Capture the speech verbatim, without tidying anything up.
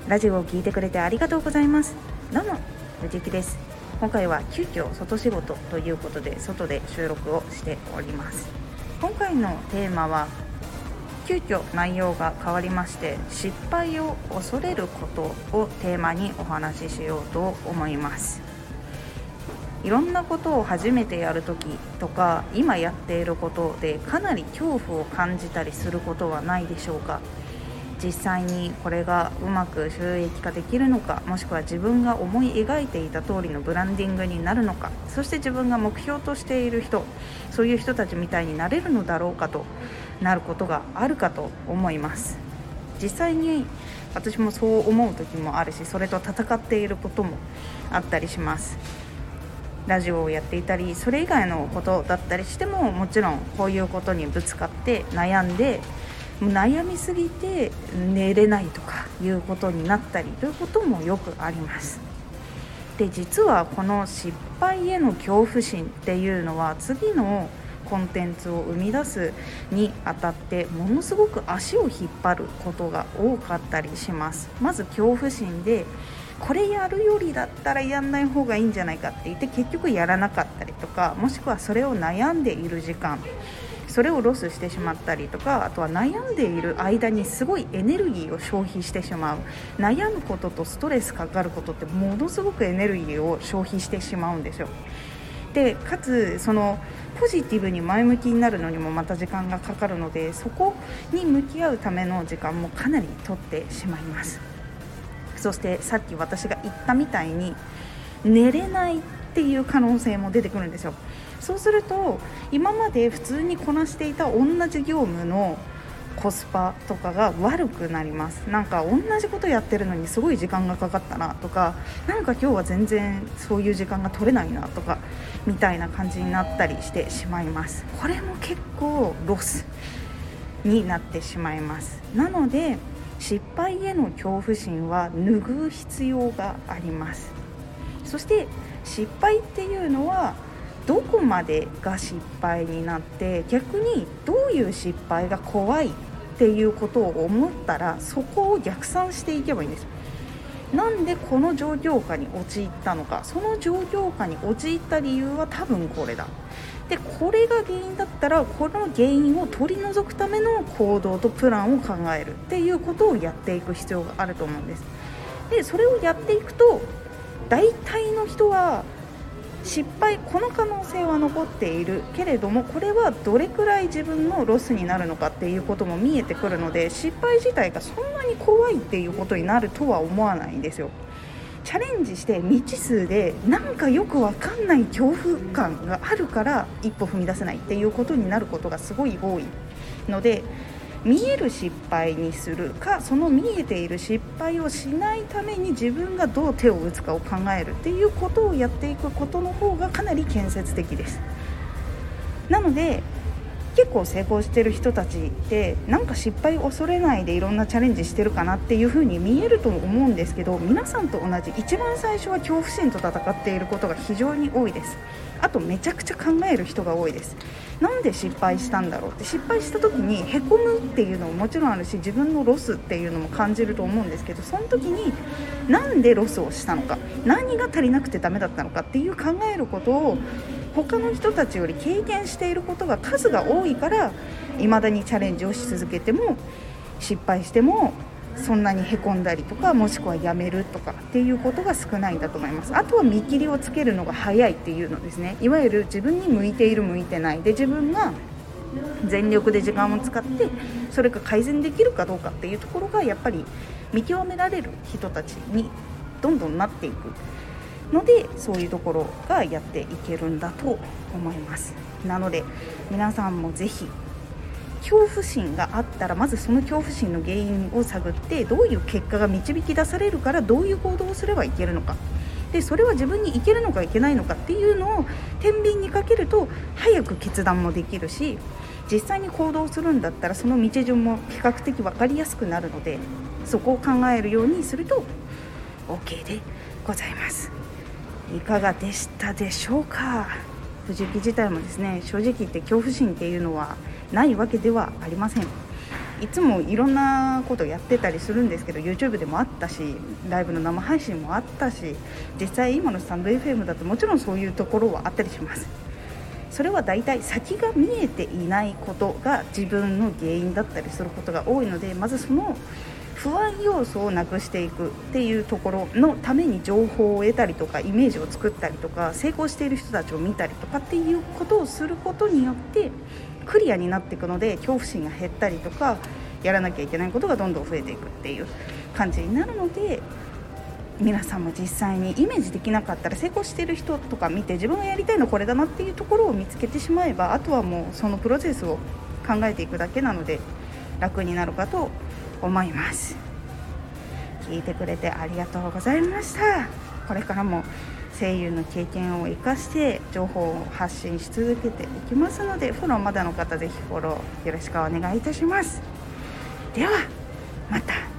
ラジオを聞いてくれてありがとうございます。どうも藤木です。今回は急遽外仕事ということで外で収録をしております。今回のテーマは急遽内容が変わりまして、失敗を恐れることをテーマにお話ししようと思います。いろんなことを初めてやるときとか今やっていることでかなり恐怖を感じたりすることはないでしょうか。実際にこれがうまく収益化できるのか、もしくは自分が思い描いていた通りのブランディングになるのか、そして自分が目標としている人、そういう人たちみたいになれるのだろうかとなることがあるかと思います。実際に私もそう思う時もあるし、それと戦っていることもあったりします。ラジオをやっていたり、それ以外のことだったりしても、もちろんこういうことにぶつかって悩んで悩みすぎて寝れないとかいうことになったりということもよくあります。で、実はこの失敗への恐怖心っていうのは次のコンテンツを生み出すにあたってものすごく足を引っ張ることが多かったりします。まず恐怖心で、これやるよりだったらやんない方がいいんじゃないかって言って結局やらなかったりとか、もしくはそれを悩んでいる時間、それをロスしてしまったりとか、あとは悩んでいる間にすごいエネルギーを消費してしまう。悩むこととストレスかかることってものすごくエネルギーを消費してしまうんですよ。でかつそのポジティブに前向きになるのにもまた時間がかかるので、そこに向き合うための時間もかなり取ってしまいます。そしてさっき私が言ったみたいに寝れないっていう可能性も出てくるんですよ。そうすると今まで普通にこなしていた同じ業務のコスパとかが悪くなります。なんか同じことやってるのにすごい時間がかかったなとか、なんか今日は全然そういう時間が取れないなとかみたいな感じになったりしてしまいます。これも結構ロスになってしまいます。なので失敗への恐怖心は拭う必要があります。そして失敗っていうのはどこまでが失敗になって、逆にどういう失敗が怖いっていうことを思ったらそこを逆算していけばいいんです。なんでこの状況下に陥ったのか、その状況下に陥った理由は多分これだ。でこれが原因だったらこの原因を取り除くための行動とプランを考えるっていうことをやっていく必要があると思うんです。でそれをやっていくと大体の人は失敗、この可能性は残っているけれども、これはどれくらい自分のロスになるのかっていうことも見えてくるので、失敗自体がそんなに怖いっていうことになるとは思わないんですよ。チャレンジして未知数でなんかよくわかんない恐怖感があるから一歩踏み出せないっていうことになることがすごい多いので、見える失敗にするか、その見えている失敗をしないために自分がどう手を打つかを考えるっていうことをやっていくことの方がかなり建設的です。なので結構成功してる人たちってなんか失敗を恐れないでいろんなチャレンジしてるかなっていう風に見えると思うんですけど、皆さんと同じ一番最初は恐怖心と戦っていることが非常に多いです。あとめちゃくちゃ考える人が多いです。なんで失敗したんだろうって、失敗した時にへこむっていうのももちろんあるし、自分のロスっていうのも感じると思うんですけど、その時になんでロスをしたのか、何が足りなくてダメだったのかっていう考えることを他の人たちより経験していることが数が多いから、未だにチャレンジをし続けても失敗してもそんなにへこんだりとか、もしくはやめるとかっていうことが少ないんだと思います。あとは見切りをつけるのが早いっていうのですね。いわゆる自分に向いている向いてないで、自分が全力で時間を使ってそれが改善できるかどうかっていうところがやっぱり見極められる人たちにどんどんなっていくので、そういうところがやっていけるんだと思います。なので皆さんもぜひ恐怖心があったら、まずその恐怖心の原因を探って、どういう結果が導き出されるからどういう行動をすればいけるのか、でそれは自分にいけるのかいけないのかっていうのを天秤にかけると早く決断もできるし、実際に行動するんだったらその道順も比較的分かりやすくなるので、そこを考えるようにすると OK でございます。いかがでしたでしょうか。藤木自体もですね、正直言って恐怖心っていうのはないわけではありません。 いつもいろんなことやってたりするんですけど、 YouTube でもあったし、ライブの生配信もあったし、実際今のスタンド エフエム だともちろんそういうところはあったりします。それはだいたい先が見えていないことが自分の原因だったりすることが多いので、まずその不安要素をなくしていくっていうところのために情報を得たりとか、イメージを作ったりとか、成功している人たちを見たりとかっていうことをすることによってクリアになっていくので、恐怖心が減ったりとか、やらなきゃいけないことがどんどん増えていくっていう感じになるので、皆さんも実際にイメージできなかったら、成功している人とか見て自分がやりたいのこれだなっていうところを見つけてしまえば、あとはもうそのプロセスを考えていくだけなので楽になるかと思います。聞いてくれてありがとうございました。これからも声優の経験を生かして情報を発信し続けていきますので、フォローまだの方ぜひフォローよろしくお願いいたします。ではまた。